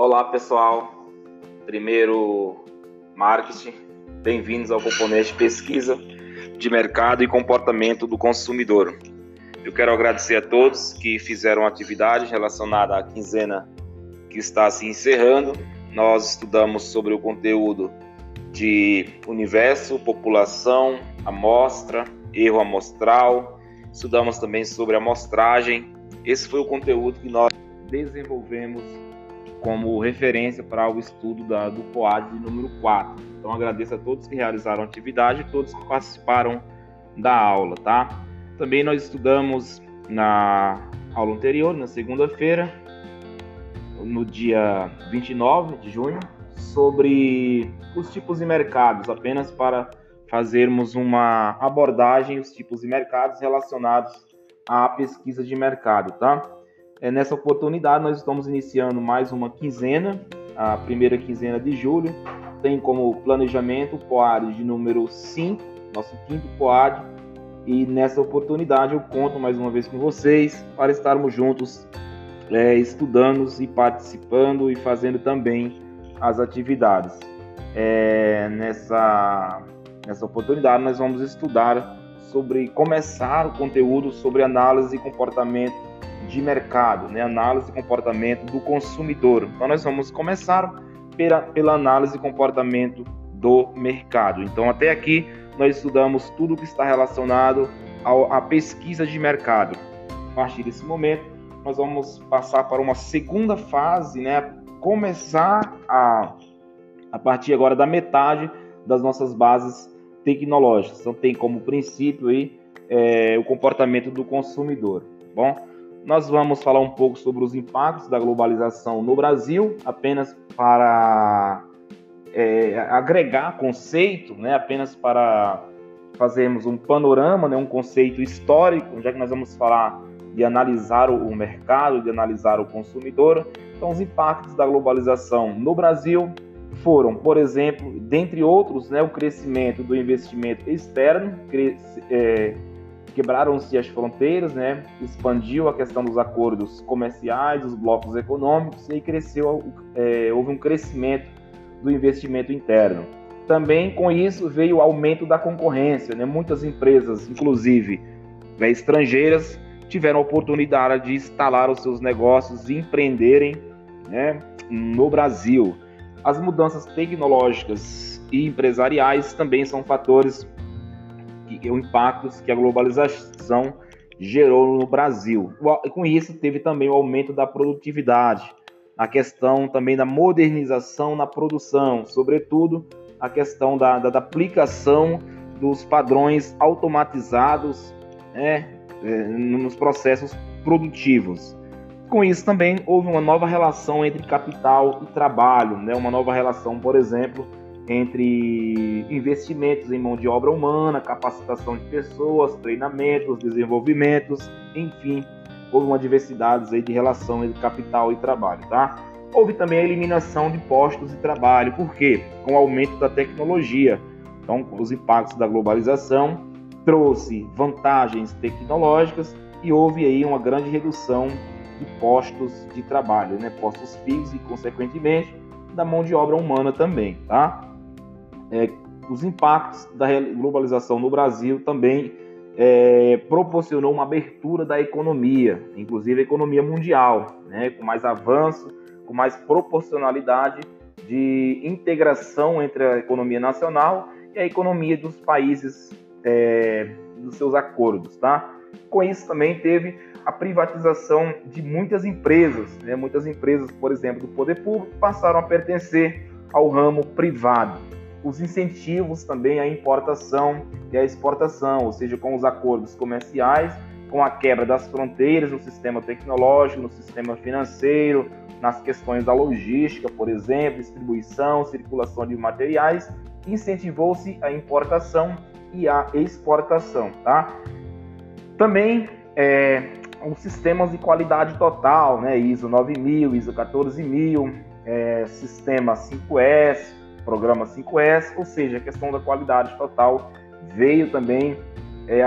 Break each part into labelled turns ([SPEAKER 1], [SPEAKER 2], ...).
[SPEAKER 1] Olá pessoal, primeiro marketing, bem-vindos ao componente pesquisa de mercado e comportamento do consumidor. Eu quero agradecer a todos que fizeram atividade relacionada à quinzena que está se encerrando. Nós estudamos sobre o conteúdo de universo, população, amostra, erro amostral, estudamos também sobre amostragem. Esse foi o conteúdo que nós desenvolvemos como referência para o estudo do POAD de número 4. Então agradeço a todos que realizaram a atividade e todos que participaram da aula, tá? Também nós estudamos na aula anterior, na segunda-feira, no dia 29 de junho, sobre os tipos de mercados, apenas para fazermos uma abordagem dos tipos de mercados relacionados à pesquisa de mercado, tá? Nessa oportunidade, nós estamos iniciando mais uma quinzena, a primeira quinzena de julho. Tem como planejamento o POAD de número 5, nosso quinto POAD. E nessa oportunidade eu conto mais uma vez com vocês para estarmos juntos estudando e participando e fazendo também as atividades. Nessa oportunidade nós vamos estudar começar o conteúdo sobre análise e comportamento de mercado, análise e comportamento do consumidor. Então nós vamos começar pela análise e comportamento do mercado. Então até aqui nós estudamos tudo que está relacionado à pesquisa de mercado. A partir desse momento nós vamos passar para uma segunda fase, começar a partir agora da metade das nossas bases tecnológicas. Então tem como princípio aí o comportamento do consumidor, tá bom? Nós vamos falar um pouco sobre os impactos da globalização no Brasil, apenas para agregar conceito, apenas para fazermos um panorama, um conceito histórico, já que nós vamos falar de analisar o mercado, de analisar o consumidor. Então, os impactos da globalização no Brasil foram, por exemplo, dentre outros, o crescimento do investimento externo, quebraram-se as fronteiras, expandiu a questão dos acordos comerciais, dos blocos econômicos e houve um crescimento do investimento interno. Também com isso veio o aumento da concorrência, muitas empresas, inclusive estrangeiras, tiveram a oportunidade de instalar os seus negócios e empreenderem no Brasil. As mudanças tecnológicas e empresariais também são fatores impactos que a globalização gerou no Brasil. E com isso teve também o aumento da produtividade, a questão também da modernização na produção, sobretudo a questão da aplicação dos padrões automatizados nos processos produtivos. Com isso também houve uma nova relação entre capital e trabalho, uma nova relação, por exemplo, entre investimentos em mão de obra humana, capacitação de pessoas, treinamentos, desenvolvimentos, enfim, houve uma diversidade aí de relação entre capital e trabalho, tá? Houve também a eliminação de postos de trabalho, por quê? Com o aumento da tecnologia. Então, os impactos da globalização trouxe vantagens tecnológicas e houve aí uma grande redução de postos de trabalho, postos fixos e, consequentemente, da mão de obra humana também, tá? Os impactos da globalização no Brasil também proporcionou uma abertura da economia, inclusive a economia mundial, com mais avanço, com mais proporcionalidade de integração entre a economia nacional e a economia dos países dos seus acordos, tá? Com isso também teve a privatização de muitas empresas, muitas empresas, por exemplo, do poder público passaram a pertencer ao ramo privado. Os incentivos também à importação e à exportação, ou seja, com os acordos comerciais, com a quebra das fronteiras no sistema tecnológico, no sistema financeiro, nas questões da logística, por exemplo, distribuição, circulação de materiais, incentivou-se a importação e a exportação, tá? Também os sistemas de qualidade total, ISO 9000, ISO 14000, sistema 5S, programa 5S, ou seja, a questão da qualidade total veio também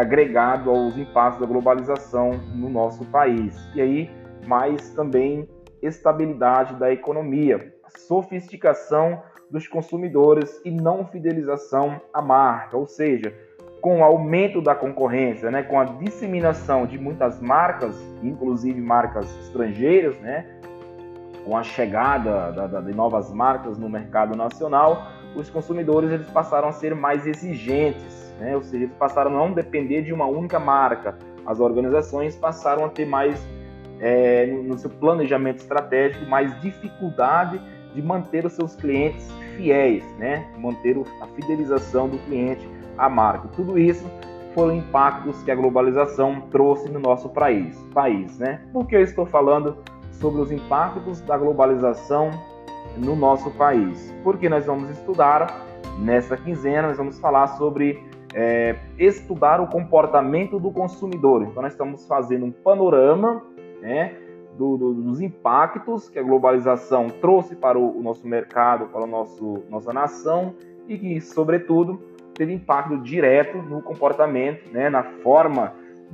[SPEAKER 1] agregado aos impactos da globalização no nosso país. E aí, mais também estabilidade da economia, sofisticação dos consumidores e não fidelização à marca, ou seja, com o aumento da concorrência, né, com a disseminação de muitas marcas, inclusive marcas estrangeiras, né, com a chegada de novas marcas no mercado nacional, os consumidores eles passaram a ser mais exigentes, né, ou seja, eles passaram a não depender de uma única marca. As organizações passaram a ter mais, no seu planejamento estratégico, mais dificuldade de manter os seus clientes fiéis, né, manter a fidelização do cliente à marca. Tudo isso foram impactos que a globalização trouxe no nosso país, né? Por que eu estou falando sobre os impactos da globalização no nosso país? Porque nós vamos estudar, nessa quinzena, nós vamos falar sobre estudar o comportamento do consumidor. Então, nós estamos fazendo um panorama, né, dos impactos que a globalização trouxe para o nosso mercado, para nossa nação e que, sobretudo, teve impacto direto no comportamento, né, na forma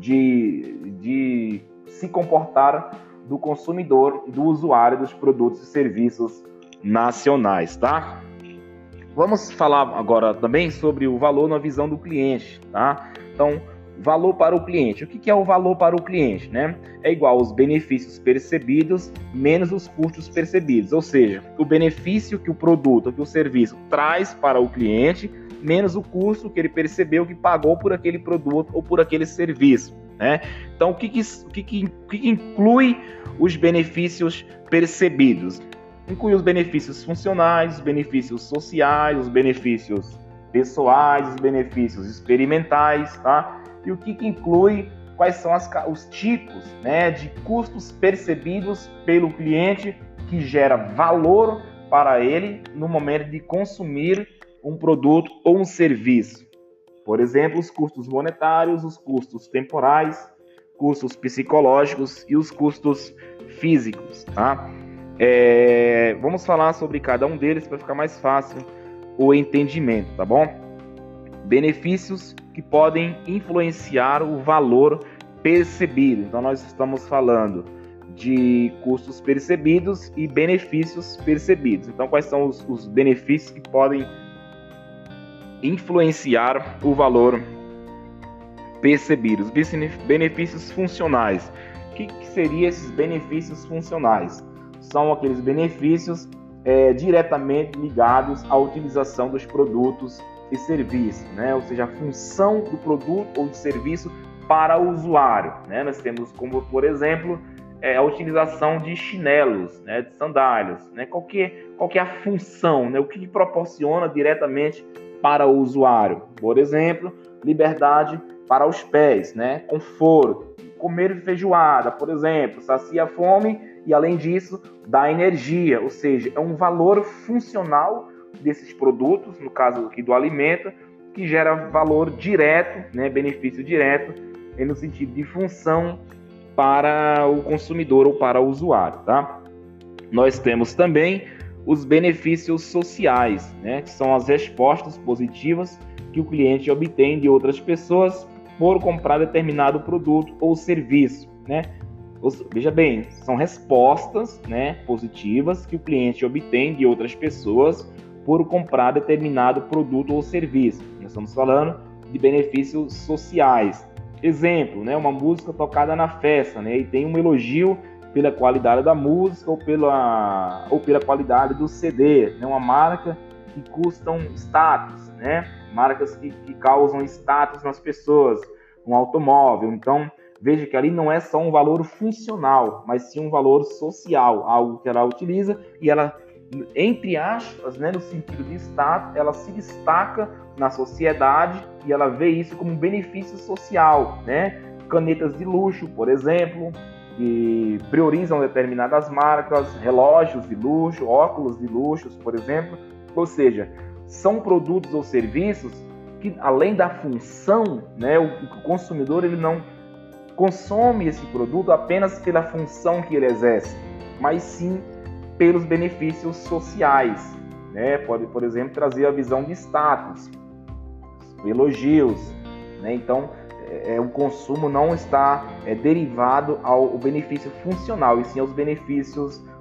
[SPEAKER 1] de se comportar do consumidor, do usuário dos produtos e serviços nacionais, tá? Vamos falar agora também sobre o valor na visão do cliente, tá? Então, valor para o cliente. O que é o valor para o cliente, né? É igual aos benefícios percebidos menos os custos percebidos, ou seja, o benefício que o produto, que o serviço traz para o cliente menos o custo que ele percebeu que pagou por aquele produto ou por aquele serviço, né? Então, o que inclui os benefícios percebidos? Inclui os benefícios funcionais, os benefícios sociais, os benefícios pessoais, os benefícios experimentais, tá? E o que inclui quais são os tipos, né, de custos percebidos pelo cliente que gera valor para ele no momento de consumir um produto ou um serviço. Por exemplo, os custos monetários, os custos temporais, custos psicológicos e os custos físicos, tá? Vamos falar sobre cada um deles para ficar mais fácil o entendimento, tá bom? Benefícios que podem influenciar o valor percebido. Então, nós estamos falando de custos percebidos e benefícios percebidos. Então, quais são os benefícios que podem influenciar o valor percebido? Os benefícios funcionais. O que seriam esses benefícios funcionais? São aqueles benefícios diretamente ligados à utilização dos produtos e serviços, né? Ou seja, a função do produto ou de serviço para o usuário, né? Nós temos como, por exemplo, a utilização de chinelos, né? De sandálias, né? Qual que é a função, né? O que proporciona diretamente para o usuário? Por exemplo, liberdade para os pés, né? Conforto. Comer feijoada, por exemplo, sacia a fome e, além disso, dá energia, ou seja, é um valor funcional desses produtos, no caso aqui do alimento, que gera valor direto, né, benefício direto, no sentido de função para o consumidor ou para o usuário, tá? Nós temos também os benefícios sociais, né, que são as respostas positivas que o cliente obtém de outras pessoas por comprar determinado produto ou serviço, né? Veja bem, são respostas, né, positivas que o cliente obtém de outras pessoas por comprar determinado produto ou serviço. Nós estamos falando de benefícios sociais. Exemplo, né, uma música tocada na festa, né, e tem um elogio pela qualidade da música ou pela qualidade do CD, né, uma marca que custam status, né, marcas que causam status nas pessoas, um automóvel. Então, veja que ali não é só um valor funcional, mas sim um valor social, algo que ela utiliza e ela, entre aspas, né, no sentido de status, ela se destaca na sociedade e ela vê isso como um benefício social, né? Canetas de luxo, por exemplo, que priorizam determinadas marcas, relógios de luxo, óculos de luxo, por exemplo. Ou seja, são produtos ou serviços que, além da função, né, o consumidor ele não consome esse produto apenas pela função que ele exerce, mas sim pelos benefícios sociais, né? Pode, por exemplo, trazer a visão de status, elogios, né? Então, o consumo não está derivado ao benefício funcional, e sim aos benefícios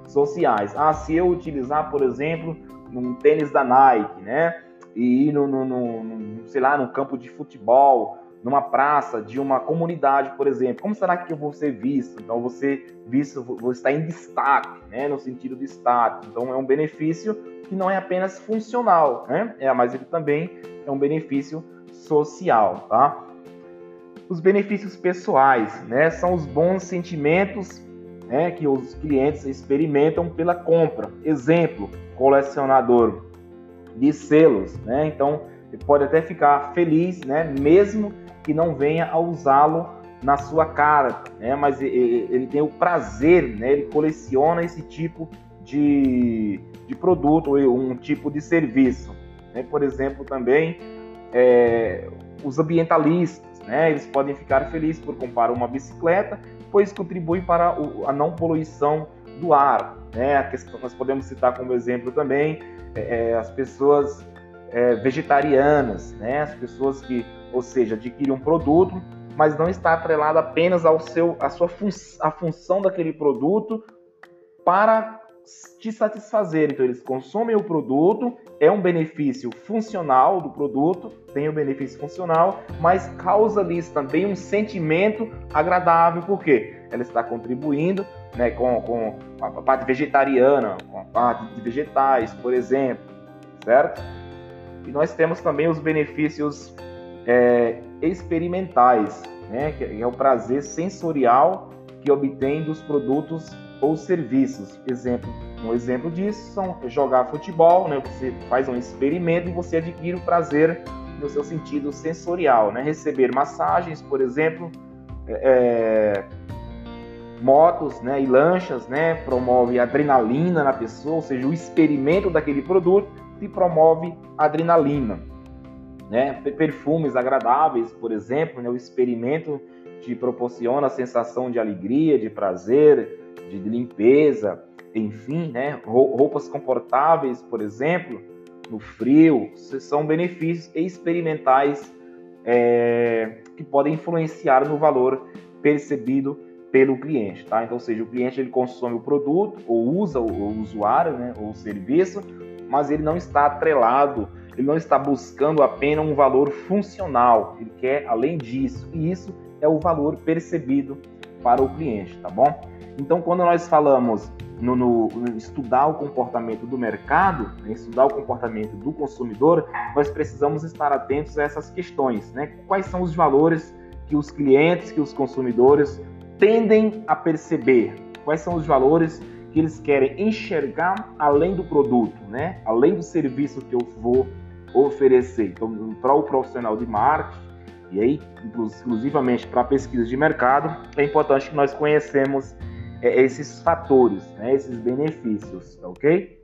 [SPEAKER 1] sociais. Se eu utilizar, por exemplo, um tênis da Nike, né, e ir sei lá, no campo de futebol, numa praça de uma comunidade, por exemplo, como será que eu vou ser visto? Então, vou estar em destaque, né, no sentido de status. Então, é um benefício que não é apenas funcional, né, mas ele também é um benefício social, tá? Os benefícios pessoais, né, são os bons sentimentos, né, que os clientes experimentam pela compra. Exemplo, colecionador de selos, né? Então, ele pode até ficar feliz, né, mesmo que não venha a usá-lo na sua cara, né? Mas ele tem o prazer, né? Ele coleciona esse tipo de produto, ou um tipo de serviço, né? Por exemplo, também os ambientalistas, né? Eles podem ficar felizes por comprar uma bicicleta, pois contribui para a não poluição do ar, né? A questão, nós podemos citar como exemplo também as pessoas vegetarianas, né? As pessoas que, ou seja, adquirem um produto, mas não está atrelado apenas à função daquele produto para te satisfazer. Então, eles consomem o produto, é um benefício funcional do produto, tem um benefício funcional, mas causa-lhes também um sentimento agradável, porque ela está contribuindo, né, com a parte vegetariana, com a parte de vegetais, por exemplo, certo? E nós temos também os benefícios experimentais, né, que é o prazer sensorial que obtém dos produtos ou serviços. Um exemplo disso são jogar futebol, né? Você faz um experimento e você adquire o prazer no seu sentido sensorial, né? Receber massagens, por exemplo, motos, né, e lanchas, né, promove adrenalina na pessoa, ou seja, o experimento daquele produto te promove adrenalina, né? Perfumes agradáveis, por exemplo, né, o experimento te proporciona a sensação de alegria, de prazer, de limpeza, enfim, né? Roupas confortáveis, por exemplo, no frio, são benefícios experimentais que podem influenciar no valor percebido pelo cliente, tá? Então, ou seja, o cliente ele consome o produto ou usa o usuário, né, ou o serviço, mas ele não está atrelado, ele não está buscando apenas um valor funcional, ele quer além disso, e isso é o valor percebido para o cliente, tá bom? Então, quando nós falamos no estudar o comportamento do mercado, né, estudar o comportamento do consumidor, nós precisamos estar atentos a essas questões, né? Quais são os valores que os clientes, que os consumidores tendem a perceber? Quais são os valores que eles querem enxergar além do produto, né? Além do serviço que eu vou oferecer? Então, para o profissional de marketing, e aí, exclusivamente para a pesquisa de mercado, é importante que nós conhecemos esses fatores, né, esses benefícios, ok?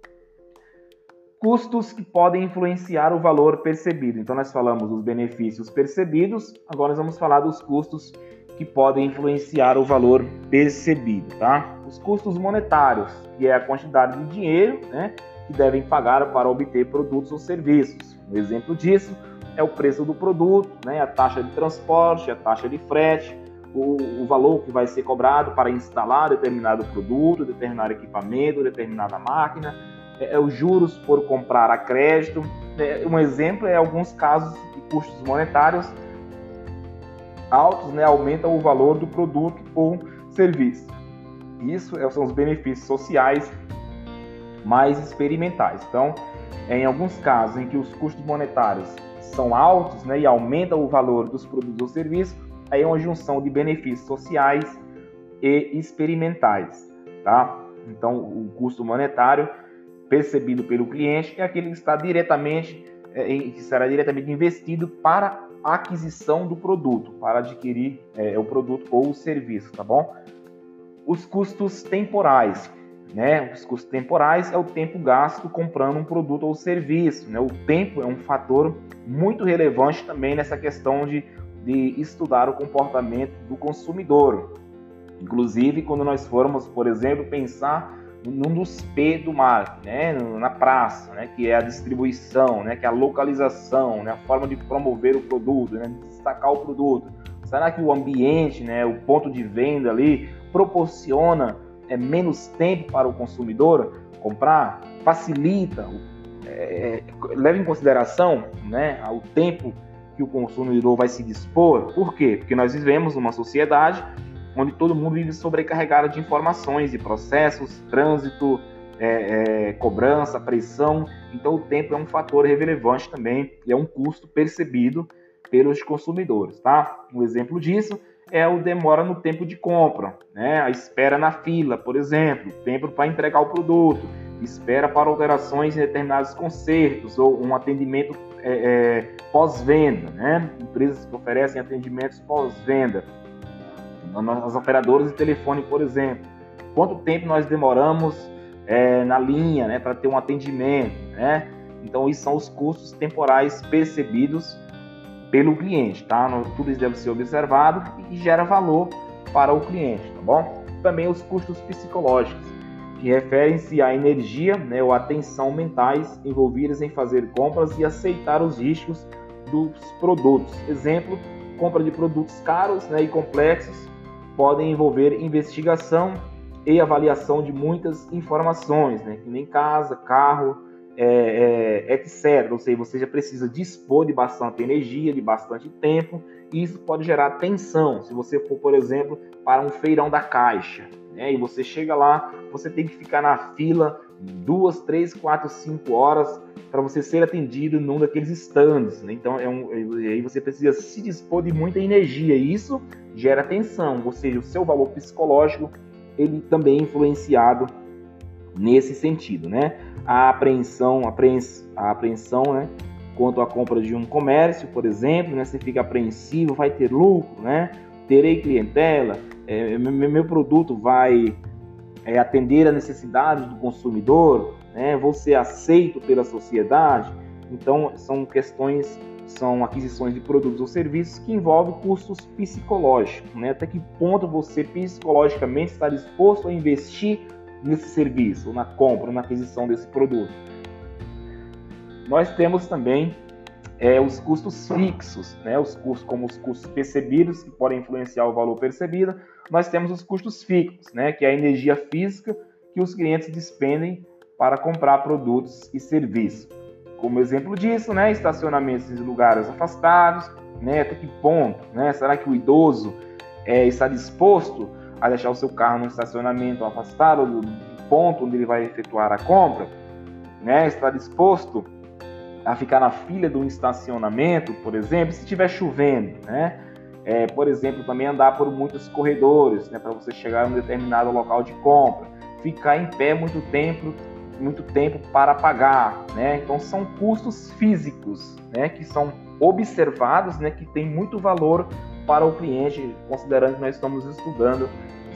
[SPEAKER 1] Custos que podem influenciar o valor percebido. Então, nós falamos dos benefícios percebidos, agora nós vamos falar dos custos que podem influenciar o valor percebido, tá? Os custos monetários, que é a quantidade de dinheiro, né, que devem pagar para obter produtos ou serviços. Um exemplo disso é o preço do produto, né, a taxa de transporte, a taxa de frete, o valor que vai ser cobrado para instalar determinado produto, determinado equipamento, determinada máquina, os juros por comprar a crédito. Um exemplo é alguns casos de custos monetários altos, né, aumentam o valor do produto ou serviço. Isso são os benefícios sociais mais experimentais. Então, em alguns casos em que os custos monetários são altos, né, e aumentam o valor dos produtos ou serviços, aí é uma junção de benefícios sociais e experimentais, tá? Então, o custo monetário percebido pelo cliente é aquele que está diretamente, que será diretamente investido para a aquisição do produto, para adquirir o produto ou o serviço, tá bom? Os custos temporais, né? Os custos temporais é o tempo gasto comprando um produto ou serviço, né? O tempo é um fator muito relevante também nessa questão de estudar o comportamento do consumidor. Inclusive, quando nós formos, por exemplo, pensar num dos P do marketing, né, na praça, né, que é a distribuição, né, que é a localização, né, a forma de promover o produto, né, de destacar o produto. Será que o ambiente, né, o ponto de venda ali, proporciona menos tempo para o consumidor comprar, facilita, leva em consideração, né, o tempo que o consumidor vai se dispor. Por quê? Porque nós vivemos numa sociedade onde todo mundo vive sobrecarregado de informações e processos, trânsito, cobrança, pressão. Então o tempo é um fator relevante também e é um custo percebido pelos consumidores, tá? Um exemplo disso é o demora no tempo de compra, né? A espera na fila, por exemplo, tempo para entregar o produto, espera para alterações em determinados consertos ou um atendimento pós-venda, né? Empresas que oferecem atendimentos pós-venda, as operadoras de telefone, por exemplo, quanto tempo nós demoramos na linha, né, para ter um atendimento, né? Então, isso são os custos temporais percebidos pelo cliente, tá? Tudo isso deve ser observado e gera valor para o cliente, tá bom? Também os custos psicológicos, que referem-se à energia, né, ou atenção mentais envolvidas em fazer compras e aceitar os riscos dos produtos. Exemplo, compra de produtos caros, né, e complexos podem envolver investigação e avaliação de muitas informações, né, que nem casa, carro, etc. Ou seja, você já precisa dispor de bastante energia, de bastante tempo, e isso pode gerar tensão. Se você for, por exemplo, para um feirão da Caixa, né, e você chega lá, você tem que ficar na fila 2, 3, 4, 5 horas para você ser atendido num daqueles stands, né? Então, aí você precisa se dispor de muita energia, e isso gera tensão, ou seja, o seu valor psicológico ele também é influenciado nesse sentido, né? A apreensão, né, quanto à compra de um comércio, por exemplo, né? Você fica apreensivo, vai ter lucro, né? Terei clientela, meu produto vai atender a necessidade do consumidor, né? Vou ser aceito pela sociedade. Então, são aquisições de produtos ou serviços que envolvem custos psicológicos, né? Até que ponto você psicologicamente está disposto a investir nesse serviço, ou na compra, ou na aquisição desse produto. Nós temos também os custos fixos, né? Os custos, como os custos percebidos, que podem influenciar o valor percebido. Nós temos os custos fixos, né? Que é a energia física que os clientes despendem para comprar produtos e serviços. Como exemplo disso, né? Estacionamentos em lugares afastados, né? Até que ponto, né? Será que o idoso está disposto a deixar o seu carro num estacionamento afastado do ponto onde ele vai efetuar a compra, né? Está disposto a ficar na fila de um estacionamento, por exemplo, se estiver chovendo, né? Por exemplo, também andar por muitos corredores, né, para você chegar a um determinado local de compra, ficar em pé muito tempo para pagar, né? Então são custos físicos, né, que são observados, né, que tem muito valor para o cliente, considerando que nós estamos estudando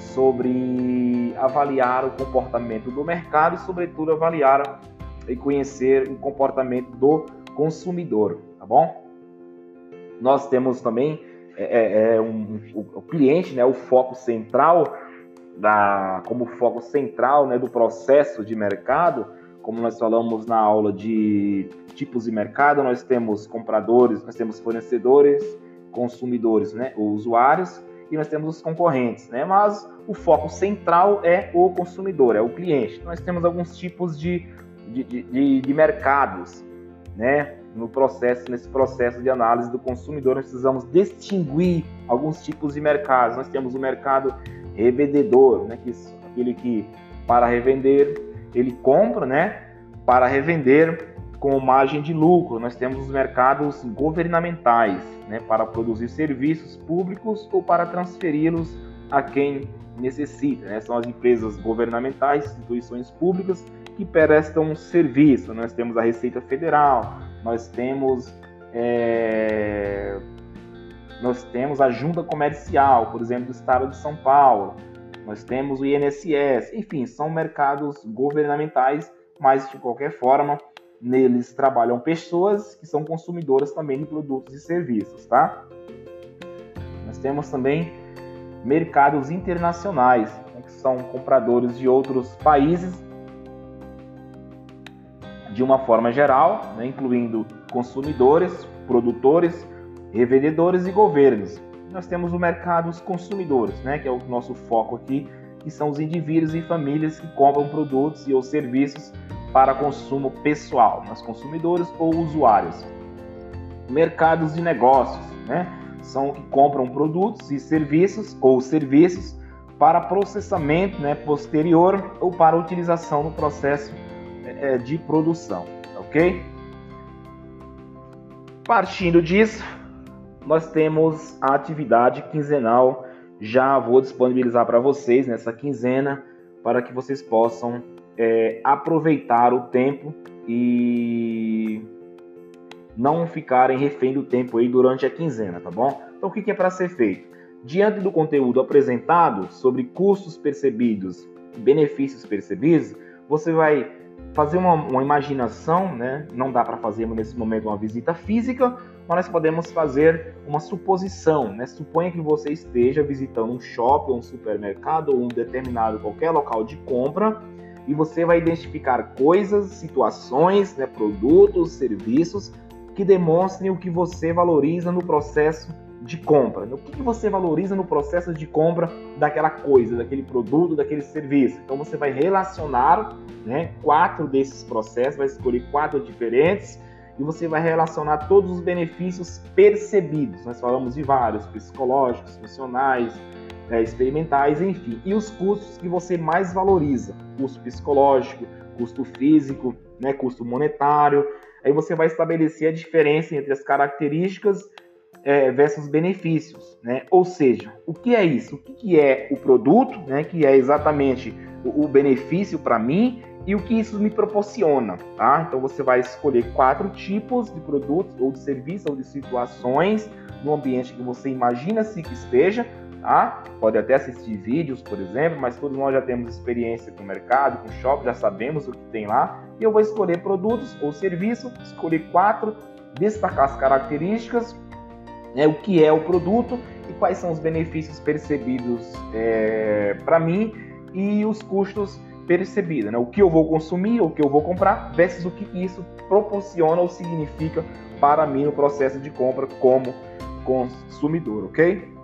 [SPEAKER 1] sobre avaliar o comportamento do mercado e, sobretudo, avaliar e conhecer o comportamento do consumidor, tá bom? Nós temos também o cliente, né, o foco central como foco central, né, do processo de mercado. Como nós falamos na aula de tipos de mercado, nós temos compradores, nós temos fornecedores, consumidores, né, usuários, e nós temos os concorrentes, né? Mas o foco central é o consumidor, é o cliente. Nós temos alguns tipos de mercados, né? Nesse processo de análise do consumidor, nós precisamos distinguir alguns tipos de mercados. Nós temos o mercado revendedor, né? Aquele que, para revender, ele compra, né? Para revender com margem de lucro. Nós temos os mercados governamentais, né? Para produzir serviços públicos ou para transferi-los a quem necessita, né? São as empresas governamentais, instituições públicas que prestam serviço. Nós temos a Receita Federal, nós temos a Junta Comercial, por exemplo, do Estado de São Paulo, nós temos o INSS, enfim, são mercados governamentais, mas de qualquer forma, neles trabalham pessoas que são consumidoras também de produtos e serviços, tá? Nós temos também mercados internacionais, né, que são compradores de outros países, de uma forma geral, né, incluindo consumidores, produtores, revendedores e governos. Nós temos o mercado dos consumidores, né, que é o nosso foco aqui, que são os indivíduos e famílias que compram produtos e ou serviços para consumo pessoal, mas consumidores ou usuários. Mercados de negócios, né? São que compram produtos e serviços ou serviços para processamento, né, posterior ou para utilização no processo de produção, ok? Partindo disso, nós temos a atividade quinzenal. Já vou disponibilizar para vocês nessa quinzena para que vocês possam aproveitar o tempo e não ficarem refém do tempo aí durante a quinzena, tá bom? Então, o que é para ser feito? Diante do conteúdo apresentado sobre custos percebidos e benefícios percebidos, você vai fazer uma imaginação, né? Não dá para fazer nesse momento uma visita física, mas nós podemos fazer uma suposição, né? Suponha que você esteja visitando um shopping, um supermercado ou um determinado qualquer local de compra e você vai identificar coisas, situações, né? Produtos, serviços que demonstrem o que você valoriza no processo de compra. O que você valoriza no processo de compra daquela coisa, daquele produto, daquele serviço. Então você vai relacionar, né, 4 desses processos, vai escolher 4 diferentes e você vai relacionar todos os benefícios percebidos. Nós falamos de vários, psicológicos, funcionais, experimentais, enfim. E os custos que você mais valoriza. Custo psicológico, custo físico, né, custo monetário. Aí você vai estabelecer a diferença entre as características versus benefícios, né? Ou seja, o que é isso? O que é o produto, né? Que é exatamente o benefício para mim e o que isso me proporciona, tá? Então você vai escolher 4 tipos de produtos ou de serviços ou de situações no ambiente que você imagina-se que esteja, tá? Pode até assistir vídeos, por exemplo, mas todos nós já temos experiência com o mercado, com o shopping, já sabemos o que tem lá. E eu vou escolher produtos ou serviços, escolher 4, destacar as características, né, o que é o produto e quais são os benefícios percebidos para mim e os custos percebidos, né? O que eu vou consumir, o que eu vou comprar versus o que isso proporciona ou significa para mim no processo de compra como consumidor, ok?